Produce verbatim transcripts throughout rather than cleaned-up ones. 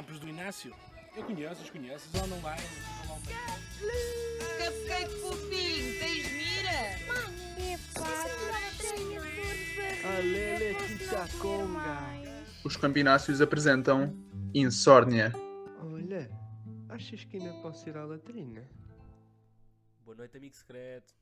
campos do Inácio. Eu conheço, os conheces, andam lá, ficam lá um meio. Cupcake fofinho, tens mira? Alele Chichaconga. Os campináceos apresentam Insórnia. Olha, achas que ainda posso ir à latrina? Boa noite, amigo secreto.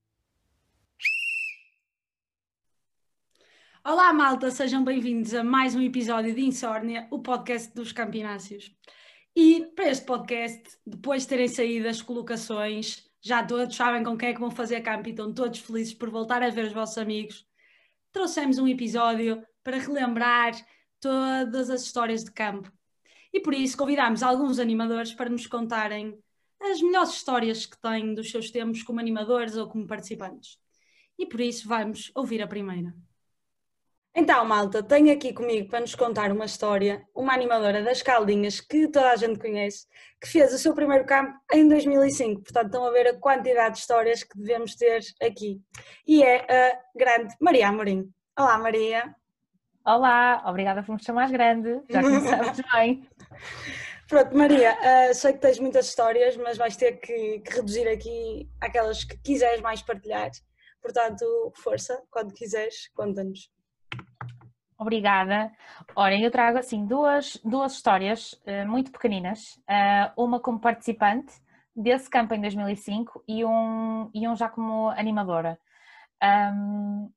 Olá malta, sejam bem-vindos a mais um episódio de Insórnia, o podcast dos Campináceos. E para este podcast, depois de terem saído as colocações, já todos sabem com quem é que vão fazer campo e estão todos felizes por voltar a ver os vossos amigos, trouxemos um episódio para relembrar todas as histórias de campo. E por isso convidámos alguns animadores para nos contarem as melhores histórias que têm dos seus tempos como animadores ou como participantes. E por isso vamos ouvir a primeira. Então, malta, tenho aqui comigo para nos contar uma história, uma animadora das Caldinhas que toda a gente conhece, que fez o seu primeiro campo em dois mil e cinco, portanto estão a ver a quantidade de histórias que devemos ter aqui. E é a grande Maria Amorim. Olá, Maria. Olá, obrigada por me chamar grande, já começamos bem. Pronto, Maria, uh, sei que tens muitas histórias, mas vais ter que, que reduzir aqui aquelas que quiseres mais partilhar. Portanto, força, quando quiseres, conta-nos. Obrigada. Ora, eu trago assim duas, duas histórias uh, muito pequeninas, uh, uma como participante desse campo em dois mil e cinco e um, e um já como animadora. Um,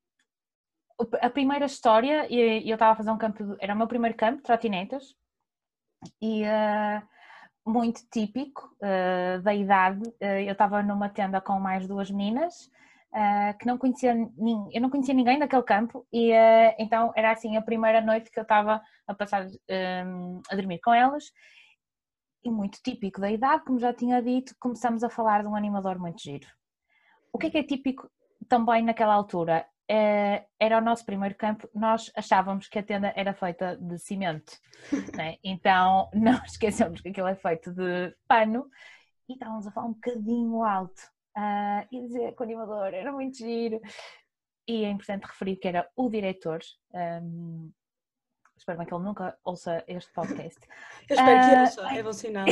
a primeira história, eu estava a fazer um campo, era o meu primeiro campo de trotinetas e uh, muito típico uh, da idade, uh, eu estava numa tenda com mais duas meninas, Uh, que não conhecia, eu não conhecia ninguém daquele campo e uh, então era assim a primeira noite que eu estava a passar um, a dormir com elas e muito típico da idade, como já tinha dito, começamos a falar de um animador muito giro. O que é que é típico também naquela altura? Uh, era o nosso primeiro campo, nós achávamos que a tenda era feita de cimento, né? Então não esquecemos que aquilo é feito de pano e estávamos a falar um bocadinho alto. Uh, e dizer que o animador era muito giro e é importante referir que era o diretor. Um, espero bem que ele nunca ouça este podcast. Eu espero uh, que ouça, é bom sinal.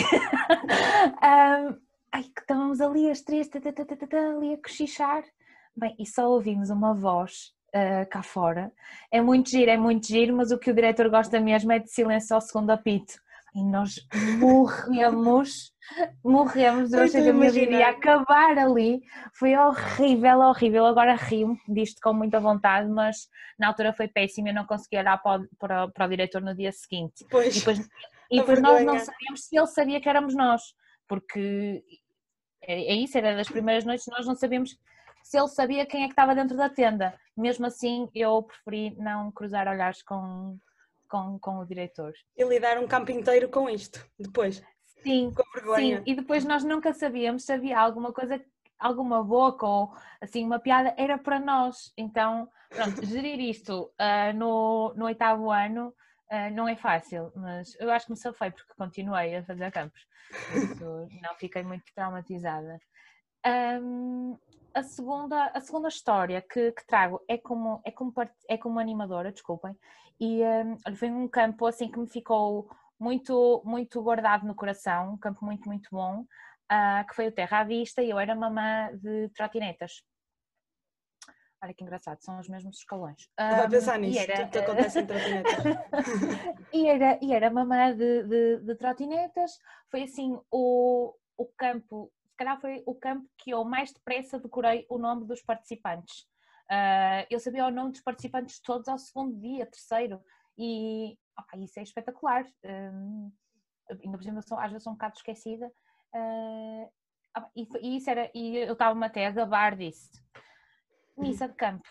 um, ai, que estávamos ali as três ali a cochichar, bem, e só ouvimos uma voz uh, cá fora. É muito giro, é muito giro, mas o que o diretor gosta mesmo é de silêncio ao segundo apito. E nós morremos, morremos, eu achei que a minha vida ia acabar ali, foi horrível, horrível, agora rio disto com muita vontade, mas na altura foi péssimo, eu não consegui olhar para o, para o, para o diretor no dia seguinte. Pois, e depois, e depois nós não sabíamos se ele sabia que éramos nós, porque é, é isso, era das primeiras noites, nós não sabíamos se ele sabia quem é que estava dentro da tenda, mesmo assim eu preferi não cruzar olhares com... Com, com o diretor. E lidar um campo inteiro com isto, depois. Sim, com vergonha. Sim, e depois nós nunca sabíamos se havia alguma coisa, alguma boca ou assim uma piada, era para nós. Então, pronto, gerir isto uh, no, no oitavo ano uh, não é fácil, mas eu acho que me safei porque continuei a fazer campos. Por isso não fiquei muito traumatizada. Um, a, segunda, a segunda história que, que trago é como, é, como, é como animadora, desculpem, e um, foi um campo assim que me ficou muito, muito guardado no coração, um campo muito, muito bom, uh, que foi o Terra à Vista e eu era mamã de trotinetas. Olha que engraçado, são os mesmos escalões. Um, Vai pensar nisso, era, tudo que acontece em trotinetas. e, era, e era mamã de, de, de trotinetas, foi assim o, o campo, se calhar foi o campo que eu mais depressa decorei o nome dos participantes. Uh, eu sabia o nome dos participantes todos ao segundo dia, terceiro, e opa, isso é espetacular. Um, ainda por cima, às vezes sou um bocado esquecida. Uh, e, e, isso era, e eu estava-me até a gabar disso. Missa de campo.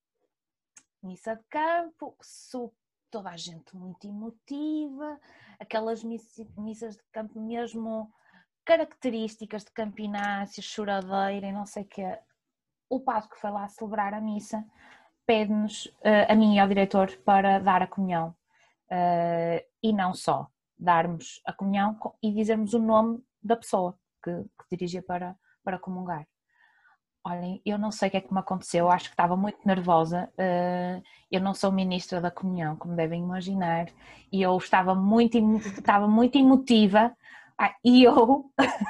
Missa de campo, sou toda a gente muito emotiva, aquelas missas de campo mesmo características de campináceos, choradeira e não sei o quê. O padre que foi lá celebrar a missa pede-nos, uh, a mim e ao diretor, para dar a comunhão. Uh, e não só darmos a comunhão e dizermos o nome da pessoa que, que dirigia para, para comungar. Olhem, eu não sei o que é que me aconteceu, acho que estava muito nervosa. Uh, eu não sou ministra da comunhão, como devem imaginar, e eu estava muito, estava muito emotiva, ah, e eu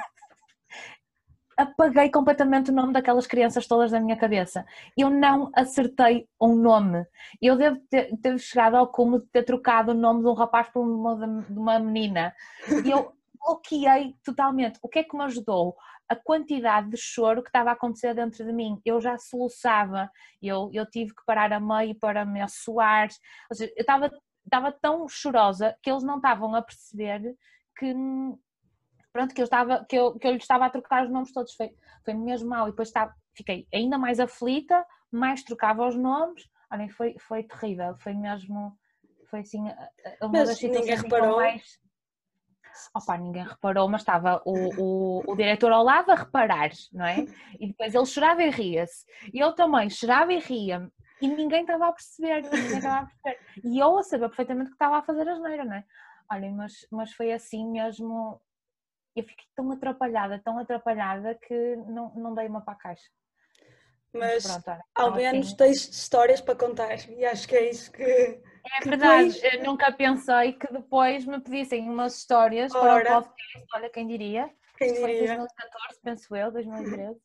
apaguei completamente o nome daquelas crianças todas da minha cabeça. Eu não acertei um nome. Eu devo ter, ter chegado ao cúmulo de ter trocado o nome de um rapaz por uma, de uma menina. E eu bloqueei totalmente. O que é que me ajudou? A quantidade de choro que estava a acontecer dentro de mim. Eu já soluçava, eu, eu tive que parar a meio para me assoar. Ou seja, eu estava, estava tão chorosa que eles não estavam a perceber que, pronto, que, eu estava, que, eu, que eu lhes estava a trocar os nomes todos. Foi, foi mesmo mal. E depois estava, fiquei ainda mais aflita, mais trocava os nomes. Olhem, foi, foi terrível. Foi mesmo, foi assim, uma Mas das situações ninguém reparou. mais... Opa, ninguém reparou, mas estava o, o, o diretor ao lado a reparar, não é? E depois ele chorava e ria-se. E eu também chorava e ria-me. E ninguém estava a perceber, ninguém estava a perceber. E eu a saber perfeitamente que estava a fazer asneira, não é? Olhem, mas, mas foi assim mesmo. Eu fiquei tão atrapalhada, tão atrapalhada que não, não dei uma para a caixa. Mas, Pronto, olha, ao então, menos assim, tens histórias para contar. E acho que é isso que... é que verdade, depois... eu nunca pensei que depois me pedissem umas histórias para Ora. o podcast. Olha, quem diria? Quem Isto foi em diria? dois mil e catorze, penso eu, dois mil e treze.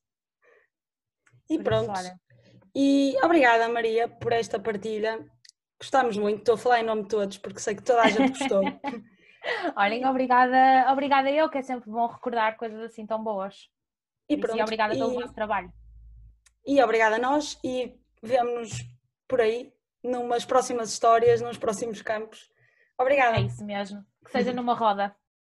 E Por pronto. isso, olha. E obrigada, Maria, por esta partilha. Gostámos muito. Estou a falar em nome de todos, porque sei que toda a gente gostou. Olhem, obrigada, obrigada eu, que é sempre bom recordar coisas assim tão boas. E Por isso, pronto. e obrigada pelo E, vosso trabalho. e obrigada a nós. E vemo-nos por aí, numas próximas histórias, nos próximos campos. Obrigada. É isso mesmo. Que seja numa roda.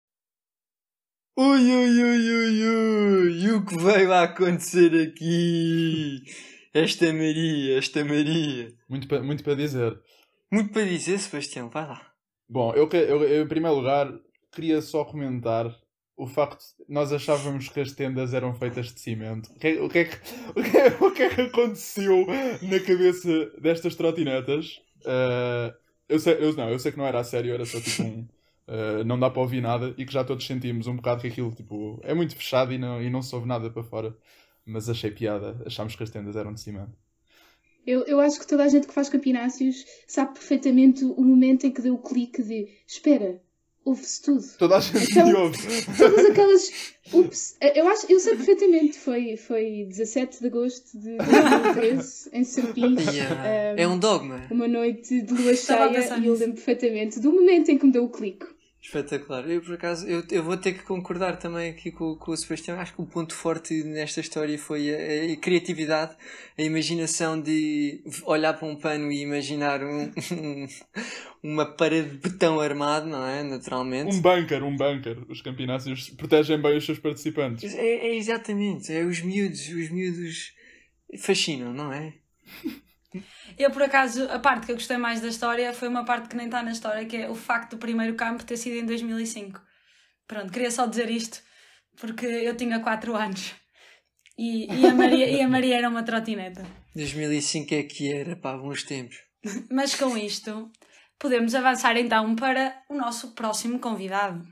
Ui, ui, ui, ui, ui, e o que veio a acontecer aqui? Esta Maria, esta Maria. Muito para muito para dizer. Muito para dizer, Sebastião, vai lá. Bom, eu, que- eu, eu, em primeiro lugar queria só comentar o facto de nós achávamos que as tendas eram feitas de cimento. O que, é- o que, é, que, o que, é, o que é que aconteceu na cabeça destas trotinetas? Ah, eu, sei, eu, não, eu sei que não era a sério, era só tipo um... ah, não dá para ouvir nada e que já todos sentimos um bocado que aquilo tipo, é muito fechado e não, e não se ouve nada para fora. Mas achei piada, achámos que as tendas eram de cimento. Eu, eu acho que toda a gente que faz campináceos sabe perfeitamente o momento em que deu o clique de espera, ouve-se tudo. Toda a gente Então, me ouve. Todas aquelas. Ups, eu, acho, eu sei perfeitamente, foi, foi dezassete de agosto de dois mil e treze, em Serpins. Yeah. um, É um dogma. Uma noite de lua Estava a cheia pensar e eu nisso. lembro perfeitamente do momento em que me deu o clique. Espetacular. Eu, por acaso, eu, eu vou ter que concordar também aqui com, com o Sebastião. Acho que o ponto forte nesta história foi a, a criatividade, a imaginação de olhar para um pano e imaginar um, um- uma parede de betão armado, não é? Naturalmente. Um bunker, um bunker. Os campináceos protegem bem os seus participantes. É, é exatamente. É os miúdos, os miúdos fascinam, não é? Eu, por acaso, a parte que eu gostei mais da história foi uma parte que nem está na história, que é o facto do primeiro campo ter sido em dois mil e cinco. Pronto, queria só dizer isto, porque eu tinha quatro anos e, e, a, Maria, e a Maria era uma trotineta. dois mil e cinco é que era, pá, bons tempos. Mas com isto, podemos avançar então para o nosso próximo convidado.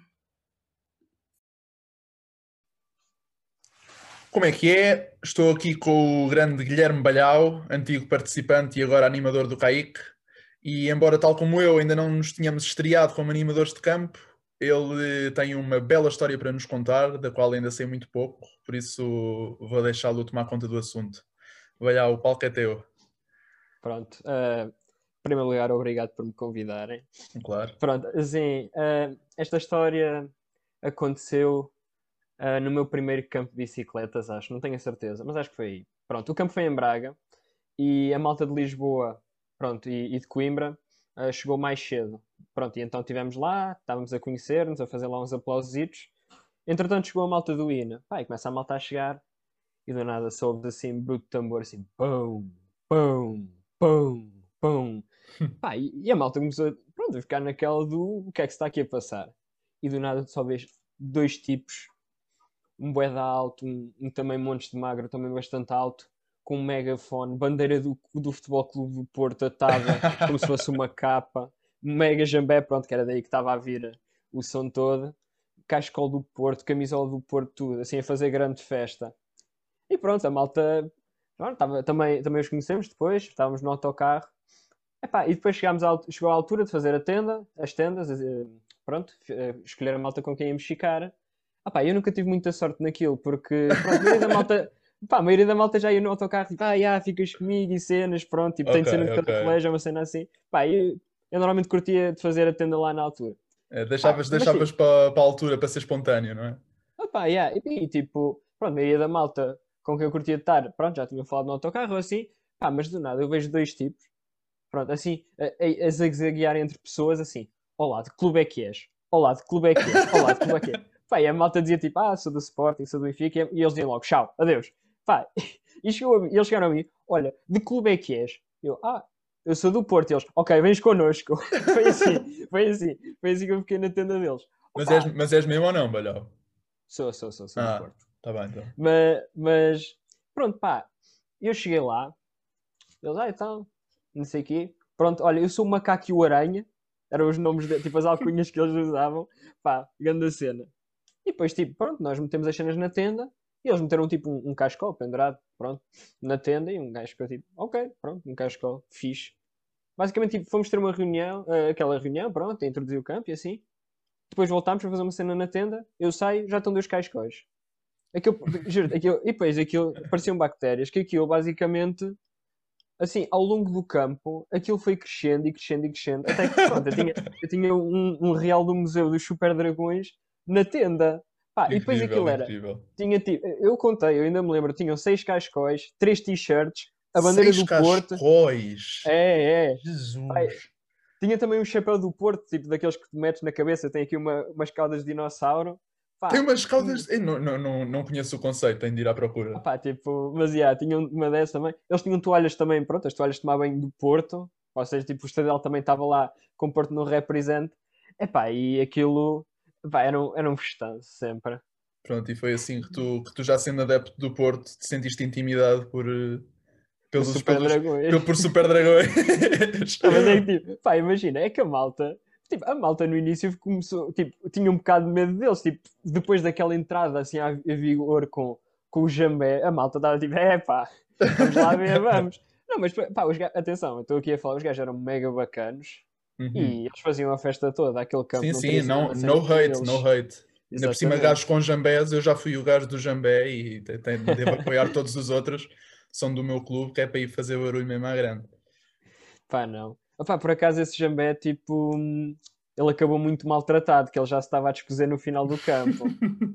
Como é que é? Estou aqui com o grande Guilherme Balhau, antigo participante e agora animador do CAIC. E embora, tal como eu, ainda não nos tínhamos estreado como animadores de campo, ele tem uma bela história para nos contar, da qual ainda sei muito pouco, por isso vou deixá-lo tomar conta do assunto. Balhau, o palco é teu. Pronto. eh, em primeiro lugar, obrigado por me convidarem. Claro. Pronto, assim, eh, esta história aconteceu eh, no meu primeiro campo de bicicletas, acho, não tenho a certeza, mas acho que foi aí. Pronto, o campo foi em Braga e a malta de Lisboa, pronto, e, e de Coimbra eh, chegou mais cedo. Pronto, e então estivemos lá, estávamos a conhecer-nos, a fazer lá uns aplausitos. Entretanto, chegou a malta do I N A. Pá, e começa a malta a chegar e do nada soube assim, bruto tambor, assim, pum, pum, pum, pum. Pá, e, e a malta começou a, pronto, a ficar naquela do o que é que se está aqui a passar. E do nada só vês dois tipos, um bué alto, um, um também montes de magro, também bastante alto, com um megafone, bandeira do, do Futebol Clube do Porto atada como se fosse uma capa, um mega jambé, pronto, que era daí que estava a vir o som todo, cascol do Porto, camisola do Porto, tudo, assim a fazer grande festa. E pronto, a malta, pronto, tava, também, também os conhecemos depois, estávamos no autocarro. Epá, e depois chegámos à, chegou à altura de fazer a tenda, as tendas, eh, pronto, eh, escolher a malta com quem íamos ficar. Epá, eu nunca tive muita sorte naquilo, porque pronto, a maioria da malta, pá, a maioria da malta já ia no autocarro, tipo, ah, já, ficas comigo e cenas, pronto, tipo, tem de Ok, ser no cada ok. colégio, uma cena assim. Pá, eu, eu normalmente curtia de fazer a tenda lá na altura. É, deixavas Pá, mas deixavas para para a altura, para ser espontâneo, não é? Opa, yeah. E, e, tipo, pronto, a maioria da malta com quem eu curtia estar, pronto, já tinha falado no autocarro assim, pá, mas do nada eu vejo dois tipos, pronto, assim, a, a, a zaguear entre pessoas, assim, olá, de que clube é que és? Olá, de que clube é que és? Olá, de que clube é que és? Pá, e a malta dizia tipo, ah, sou do Sporting, sou do Benfica, e eles diziam logo, tchau, adeus. Pá, e, chegou a mim, e eles chegaram a mim, olha, de que clube é que és? Eu, ah, eu sou do Porto, e eles, ok, vens connosco. Foi assim, foi assim, foi assim que eu fiquei na tenda deles. Mas Opa, és, mas és mesmo ou não, Balhau? sou, sou, sou, sou do Ah, Porto. tá bem, então. Mas, mas pronto, pá, eu cheguei lá, eles, ah, então, não sei o quê. Pronto, olha, eu sou o Macaco e o Aranha, eram os nomes, de, tipo as alcunhas que eles usavam, pá, grande cena. E depois, tipo, pronto, nós metemos as cenas na tenda, e eles meteram, tipo, um, um cascol pendurado, pronto, na tenda, e um gajo ficou, tipo, ok, pronto, um cascol, fixe. Basicamente, tipo, fomos ter uma reunião, uh, aquela reunião, pronto, a introduzir o campo e assim. Depois voltámos para fazer uma cena na tenda, eu saio, já estão dois cascóis. Aquilo, juro, aquilo, e depois aquilo pareciam bactérias, que aquilo basicamente, assim, ao longo do campo, aquilo foi crescendo e crescendo e crescendo, até que pronto, eu tinha, eu tinha um, um real do Museu dos Super Dragões na tenda. Pá, e depois Incrível, aquilo era, incrível. tinha tipo, eu contei, eu ainda me lembro, tinham seis cascóis, três t-shirts, a bandeira Seis do Porto. cascóis. É, é. Jesus. Pai, tinha também um chapéu do Porto, tipo daqueles que te metes na cabeça, tem aqui uma, umas caudas de dinossauro. Pá, Tem umas caudas. Eu não, não, não, não conheço o conceito, tenho de ir à procura. pá, tipo, mas yeah, tinham uma dessas também. Eles tinham toalhas também, pronto, as toalhas de tomar banho do Porto, ou seja, tipo, o Estadel também estava lá com o Porto no represente. Epá, e aquilo, pá, era um, era um festanço sempre. Pronto, e foi assim que tu, que tu já sendo adepto do Porto, te sentiste intimidado por, eh, pelos, Super pelos, Dragões. pelo- por Super Dragões. Não, mas é que, tipo, pá, imagina, é que a malta, tipo, a malta no início começou, tipo, tinha um bocado de medo deles, tipo, depois daquela entrada, assim, a, a vigor com, com o Jambé, a malta estava tipo, é pá, vamos lá ver, vamos. Não, mas, pá, os gajos, atenção, eu estou aqui a falar, os gajos eram mega bacanos Uhum. e eles faziam a festa toda, aquele campo Sim, não sim, teria sido não, uma no cena hate, deles. no hate. Ainda por cima, Exatamente. gajos com jambés, eu já fui o gajo do jambé e te- te- devo apoiar todos os outros. São do meu clube, que é para ir fazer barulho mesmo à grande. Pá, não. Opá, por acaso esse Jambé, tipo, hum, ele acabou muito maltratado, que ele já se estava a descozer no final do campo.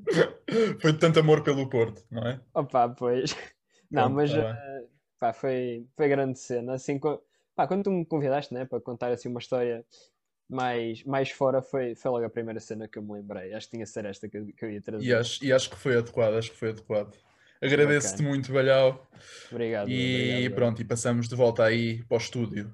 Foi de tanto amor pelo Porto, não é? Opá, pois. Não, Pronto, mas tá bem. eh, pá, foi, foi grande cena. Assim, co- pá, quando tu me convidaste, né, para contar assim uma história mais, mais fora, foi, foi logo a primeira cena que eu me lembrei. Acho que tinha de ser esta que, eu- que eu ia trazer. E acho, e acho que foi adequado, acho que foi adequado. Agradeço-te Bacana. muito, Balhau. Obrigado, E obrigado. pronto, e passamos de volta aí para o estúdio.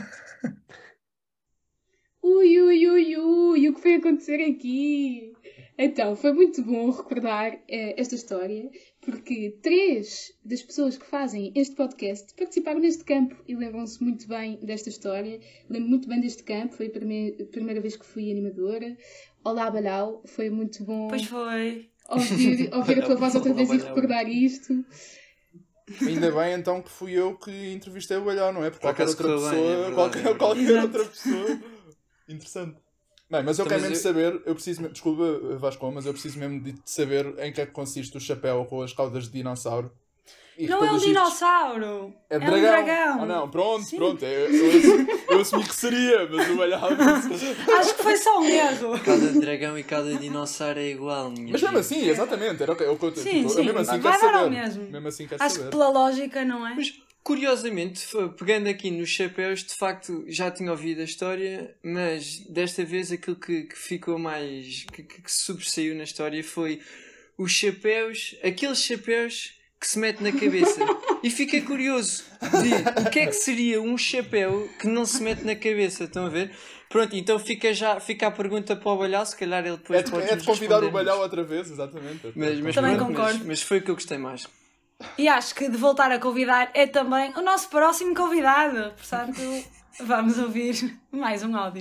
Ui, ui, ui, ui, o que foi acontecer aqui? Então, foi muito bom recordar eh, esta história, porque três das pessoas que fazem este podcast participaram neste campo e lembram-se muito bem desta história. Lembro muito bem deste campo, foi a primeira, a primeira vez que fui animadora. Olá, Balhau, foi muito bom Pois foi. ouvir, ouvir a tua voz outra Olá, vez e Balhau. recordar isto. Ainda bem então que fui eu que entrevistei o Balhau, não é? Porque Por qualquer acaso outra correu pessoa, bem, é verdade, qualquer, é verdade. qualquer Exato. outra pessoa. Interessante. Bem, mas eu Então, quero mas mesmo eu- saber, eu preciso, me- desculpa Vasco, mas eu preciso mesmo de de saber em que é que consiste o chapéu com as caudas de dinossauro. E que, Não é um pelos vistos, dinossauro. É É um dragão. dragão. Ah não, pronto, Sim. pronto. Eu, eu, assumi, eu assumi que seria, mas o Balhau disse. Acho que foi só um erro. Cada dragão e cada dinossauro é igual, minha Mas mesmo gente. assim, exatamente, era o que eu, eu, Sim, eu sim, mesmo assim vai quero dar ao saber. mesmo. Mesmo assim quero Acho que saber. pela lógica, não é? Mas, curiosamente, f- pegando aqui nos chapéus, de facto já tinha ouvido a história, mas desta vez aquilo que, que ficou mais. que, que, que se sobressaiu na história foi os chapéus, aqueles chapéus que se mete na cabeça. E fiquei curioso de o que é que seria um chapéu que não se mete na cabeça, estão a ver? Pronto, então fica já fica a pergunta para o Balhau, se calhar ele depois É de, pode é de nos convidar o responder, Balhau mas- outra vez, exatamente. Mas, mas, Também pronto, concordo. mas, mas foi o que eu gostei mais. E acho que de voltar a convidar é também o nosso próximo convidado. Portanto, vamos ouvir mais um áudio.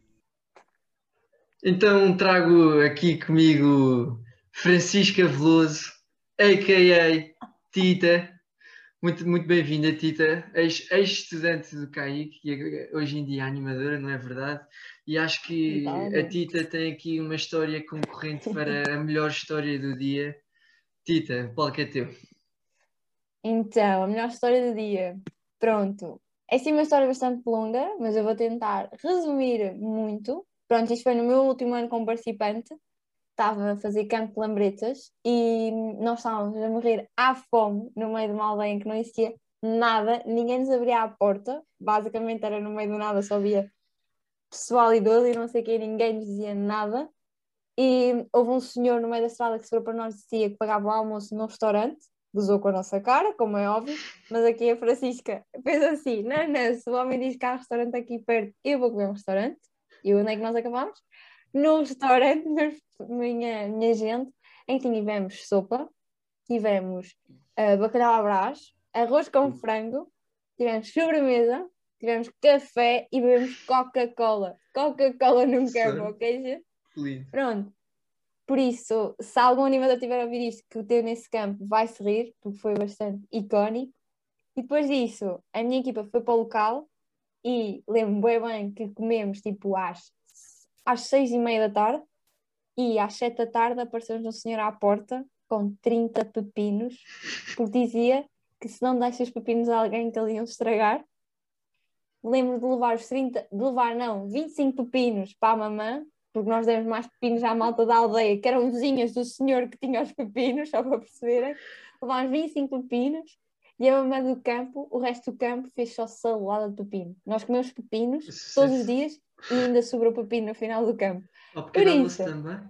Então trago aqui comigo Francisca Veloso, a k a. Tita, muito, muito bem-vinda, Tita, ex- ex-estudante do C A I C e hoje em dia animadora, não é verdade? E acho que a Totalmente. Tita tem aqui uma história concorrente para a melhor história do dia. Tita, o palco é teu. Então, a melhor história do dia. Pronto. Essa é uma história bastante longa, mas eu vou tentar resumir muito. Pronto, isto foi no meu último ano como participante. Estava a fazer campo de lambretas e nós estávamos a morrer à fome no meio de uma aldeia em que não existia nada, ninguém nos abria a porta. Basicamente era no meio do nada, só havia pessoal idoso e não sei o quê, ninguém nos dizia nada. E houve um senhor no meio da estrada que se virou para nós e dizia que pagava o almoço num restaurante, gozou com a nossa cara, como é óbvio, mas aqui a Francisca fez assim: não, não, se o homem diz que há restaurante aqui perto, eu vou comer um restaurante. E onde é que nós acabámos? Num restaurante, meus- minha, minha gente, em que tivemos sopa, tivemos ah, bacalhau à Brás, arroz com frango, tivemos sobremesa, tivemos café e bebemos Coca-Cola. Coca-Cola num campo, Certo. ok, gente? Lindo. Pronto. Por isso, se algum animador tiver a ouvir isto que teve nesse campo, vai-se rir, porque foi bastante icónico. E depois disso, a minha equipa foi para o local e lembro-me bem bem que comemos tipo às, às seis e meia da tarde e às sete da tarde apareceu-nos um senhor à porta com trinta pepinos, porque dizia que se não desse os pepinos a alguém que eles iam estragar. Lembro de levar os trinta, de levar não, vinte e cinco pepinos para a mamã, porque nós demos mais pepinos à malta da aldeia, que eram vizinhas do senhor que tinha os pepinos, só para perceberem. Levámos vinte e cinco pepinos e a mamã do campo, o resto do campo, fez só salada de pepino. Nós comemos pepinos todos os dias e ainda sobrou pepino no final do campo. Ao Por pequeno almoço isso, também.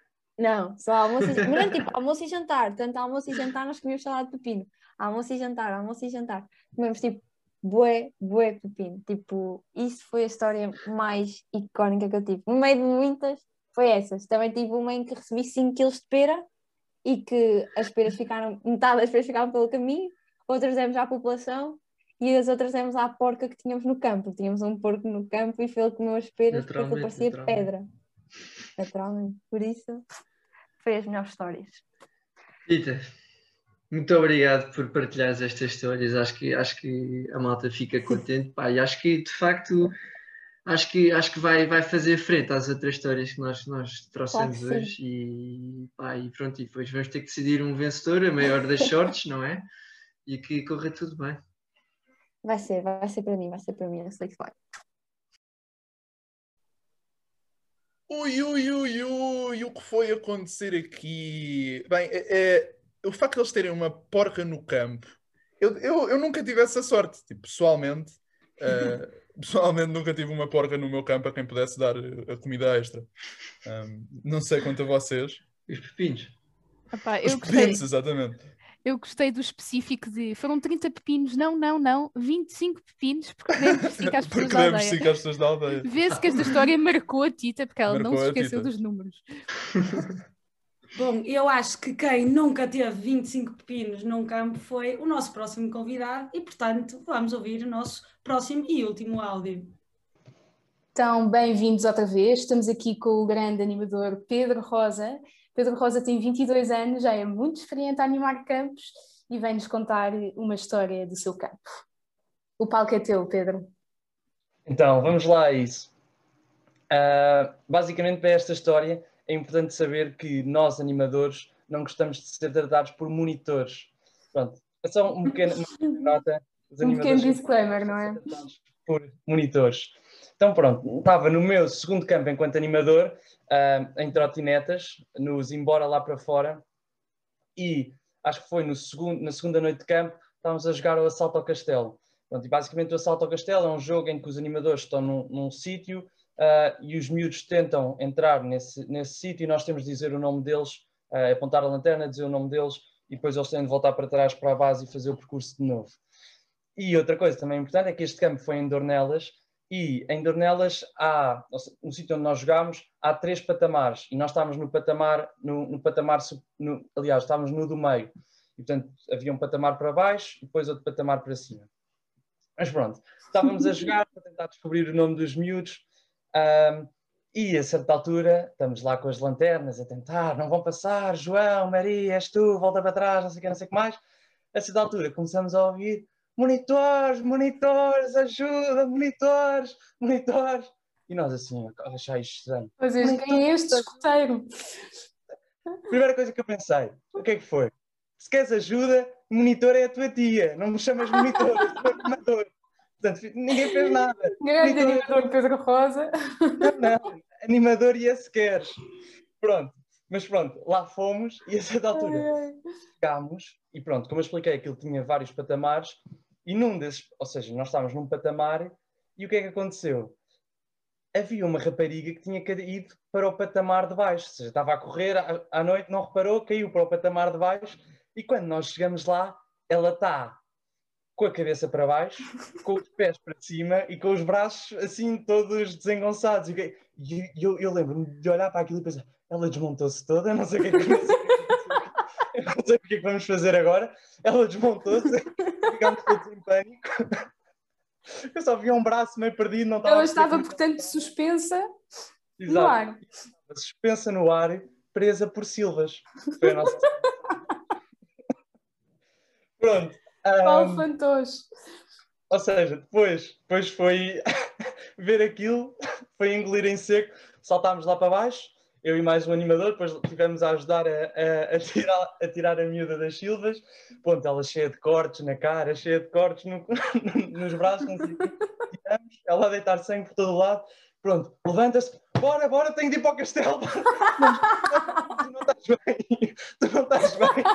não, só almoço e jantar. Mas era tipo almoço e jantar. Tanto almoço e jantar nós comíamos salada de pepino. Almoço e jantar, almoço e jantar. Comemos tipo bué, bué pepino. Tipo, isso foi a história mais icónica que eu tive. No meio de muitas, foi essas. Também tive uma em que recebi cinco quilos de pera e que as peras ficaram, metade das peras ficaram pelo caminho, outras demos à população e as outras demos à porca que tínhamos no campo. Tínhamos um porco no campo e foi ele que comeu as peras porque aquilo Naturalmente, parecia naturalmente. pedra. Naturalmente. Por isso, foi as melhores histórias. Tita, muito obrigado por partilhares estas histórias. Acho que, acho que a malta fica contente. Pá, e acho que, de facto, acho que, acho que vai, vai fazer frente às outras histórias que nós, nós trouxemos Claro que hoje. E, pá, e pronto, e depois vamos ter que decidir um vencedor, a maior das sortes, não é? E que corra tudo bem. Vai ser, vai ser para mim, vai ser para mim, eu sei que vai. Ui, ui, ui, ui, o que foi acontecer aqui? Bem, é, é- o facto de eles terem uma porca no campo, eu, eu, eu nunca tive essa sorte, tipo, pessoalmente, eh, pessoalmente nunca tive uma porca no meu campo a quem pudesse dar eh, a comida extra. Ahm, não sei quanto a vocês. E os pepinos? Epá, Os eu gostei, pepinos, exatamente. eu gostei do específico de foram trinta pepinos, não, não, não, vinte e cinco pepinos, porque demos-se às pessoas Porque da demos aldeia. cinco às pessoas da aldeia. Vê-se que esta história marcou a Tita, porque ela não Marcou se a esqueceu Tita. dos números. Bom, eu acho que quem nunca teve vinte e cinco pepinos num campo foi o nosso próximo convidado e, portanto, vamos ouvir o nosso próximo e último áudio. Então, bem-vindos outra vez. Estamos aqui com o grande animador Pedro Rosa. Pedro Rosa tem vinte e dois anos, já é muito experiente a animar campos e vem-nos contar uma história do seu campo. O palco é teu, Pedro. Então, vamos lá a isso. Uh, basicamente, para esta história, é importante saber que nós, animadores, não gostamos de ser tratados por monitores. Pronto, é só um pequeno, uma pequena nota. Os Um pequeno animadores disclaimer, não é? por monitores. Então pronto, estava no meu segundo campo enquanto animador, uh, em trotinetas, no Zimbora lá para fora, e acho que foi no segundo, na segunda noite de campo, estávamos a jogar o Assalto ao Castelo. Pronto, e basicamente o Assalto ao Castelo é um jogo em que os animadores estão num, num sítio uh, e os miúdos tentam entrar nesse, nesse sítio e nós temos de dizer o nome deles, uh, apontar a lanterna, dizer o nome deles, e depois eles têm de voltar para trás para a base e fazer o percurso de novo. E outra coisa também importante é que este campo foi em Dornelas, e em Dornelas há, no sítio onde nós jogámos, há três patamares, e nós estávamos no patamar, no, no patamar, no, aliás, estávamos no do meio, e portanto havia um patamar para baixo e depois outro patamar para cima. Mas pronto, estávamos a jogar para tentar descobrir o nome dos miúdos, um, e a certa altura estamos lá com as lanternas a tentar, não vão passar, João, Maria, és tu, volta para trás, não sei o que, não sei o que mais. A certa altura começamos a ouvir monitores, monitores, ajuda, monitores, monitores. E nós assim, a achar isto estranho. Vocês, quem é este escoteiro? Primeira coisa que eu pensei, o que é que foi? Se queres ajuda, monitor é a tua tia. Não me chamas monitor, eu sou animador. Portanto, ninguém fez nada. Grande Monitor... animador Pedro Rosa. Não, não. Animador e esse queres. Pronto. Mas pronto, lá fomos e a certa altura chegámos e pronto, como eu expliquei, aquilo tinha vários patamares e num desses, ou seja, nós estávamos num patamar e o que é que aconteceu? Havia uma rapariga que tinha caído para o patamar de baixo, ou seja, estava a correr à, à noite, não reparou, caiu para o patamar de baixo e quando nós chegamos lá, ela está com a cabeça para baixo, com os pés para cima e com os braços assim todos desengonçados. E eu, eu, eu lembro-me de olhar para aquilo e pensar, ela desmontou-se toda, eu não sei o que é que, não sei, eu não sei o que é que vamos fazer agora. Ela desmontou-se, ficámos todos em pânico. Eu só via um braço meio perdido, não estava. Ela estava, portanto, suspensa Exato. no ar. Suspensa no ar, presa por silvas. Foi a nossa. Pronto. Paulo Um... Fantoche. Ou seja, depois, depois foi ver aquilo, foi engolir em seco, saltámos lá para baixo, eu e mais um animador, depois tivemos a ajudar a, a, a, tirar, a tirar a miúda das silvas, pronto, ela cheia de cortes na cara, cheia de cortes no, nos braços, não sei o que, tiramos, ela a deitar sangue por todo o lado, pronto, levanta-se, bora, bora, tenho de ir para o castelo, tu não estás bem, tu não estás bem.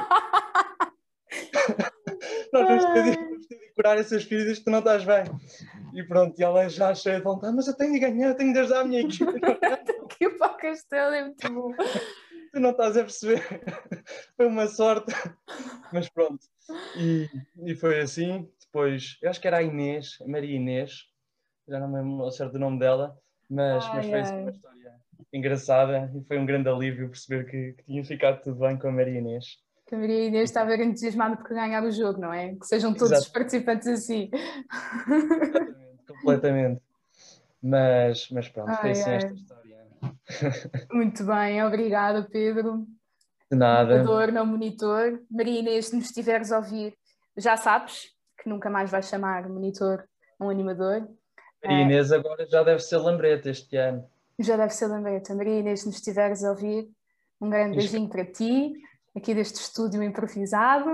Nós vamos ter, de, vamos ter de curar essas feridas que tu não estás bem. E pronto, e ela já cheia de vontade, mas eu tenho de ganhar, eu tenho de ajudar a minha equipe. Aqui para o castelo é muito bom. Tu não estás a perceber. Foi uma sorte. Mas pronto. E, e foi assim. Depois, eu acho que era a Inês, a Maria Inês. Já não me lembro ao certo o nome dela. Mas, ai, mas foi assim ai. uma história engraçada. E foi um grande alívio perceber que, que tinha ficado tudo bem com a Maria Inês. Que a Maria Inês estava entusiasmada por ganhar o jogo, não é? Que sejam todos Exato. os participantes assim. Completamente, completamente. Mas, mas pronto, foi Ai, assim ai. esta história. Muito bem, obrigada, Pedro. De nada. Monitor, não monitor. Maria Inês, se nos estiveres a ouvir, já sabes que nunca mais vais chamar monitor um animador. Maria Inês agora já deve ser lambreta este ano. Já deve ser lambreta. Maria Inês, se nos estiveres a ouvir, um grande beijinho para ti, aqui deste estúdio improvisado.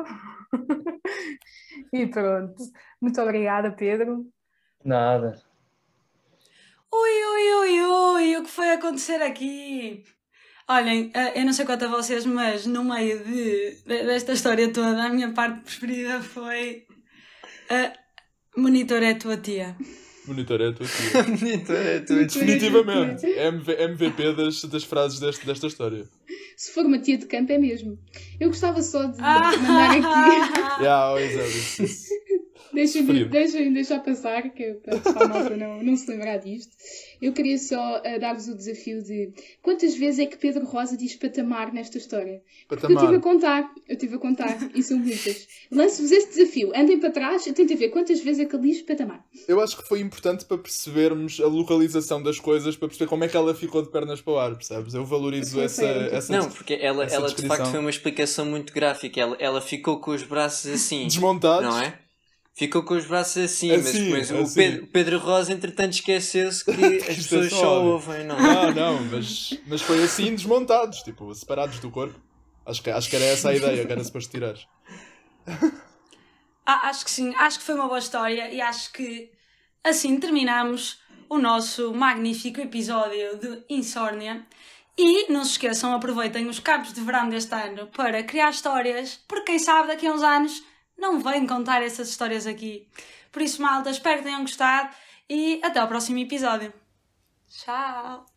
E pronto. Muito obrigada, Pedro. Nada. Ui, ui, ui, ui, o que foi acontecer aqui? Olhem, eu não sei quanto a vocês, mas no meio de, desta história toda, a minha parte preferida foi uh, Monitor é a tua tia. Monitor é a tua tia. Monitor é a tua tia. Definitivamente. M V P das, das frases deste, desta história. Se for uma tia de campo é mesmo. Eu gostava só de mandar aqui... yeah, exato. Deixem-me deixem deixar passar, que é para a malta não, não se lembrar disto. Eu queria só uh, dar-vos o desafio de quantas vezes é que Pedro Rosa diz patamar nesta história? Porque eu estive a contar, eu estive a contar, e são muitas. Lanço-vos este desafio, andem para trás, tentem ver quantas vezes é que ele diz patamar. Eu acho que foi importante para percebermos a localização das coisas, para perceber como é que ela ficou de pernas para o ar, percebes? Eu valorizo essa, essa Não, porque ela, ela de facto foi uma explicação muito gráfica. Ela, ela ficou com os braços assim. Desmontados. Não é? Ficou com os braços assim, assim mas depois assim. o Pedro, Pedro Rosa entretanto esqueceu-se que as pessoas só ouvem, não Não, não, mas, mas foi assim desmontados, tipo, separados do corpo. Acho que, acho que era essa a ideia, que era suposto tirar. Ah, acho que sim, acho que foi uma boa história e acho que assim terminamos o nosso magnífico episódio de Insórnia. E não se esqueçam, aproveitem os campos de verão deste ano para criar histórias, porque quem sabe daqui a uns anos não venho contar essas histórias aqui. Por isso, malta, espero que tenham gostado e até ao próximo episódio. Tchau!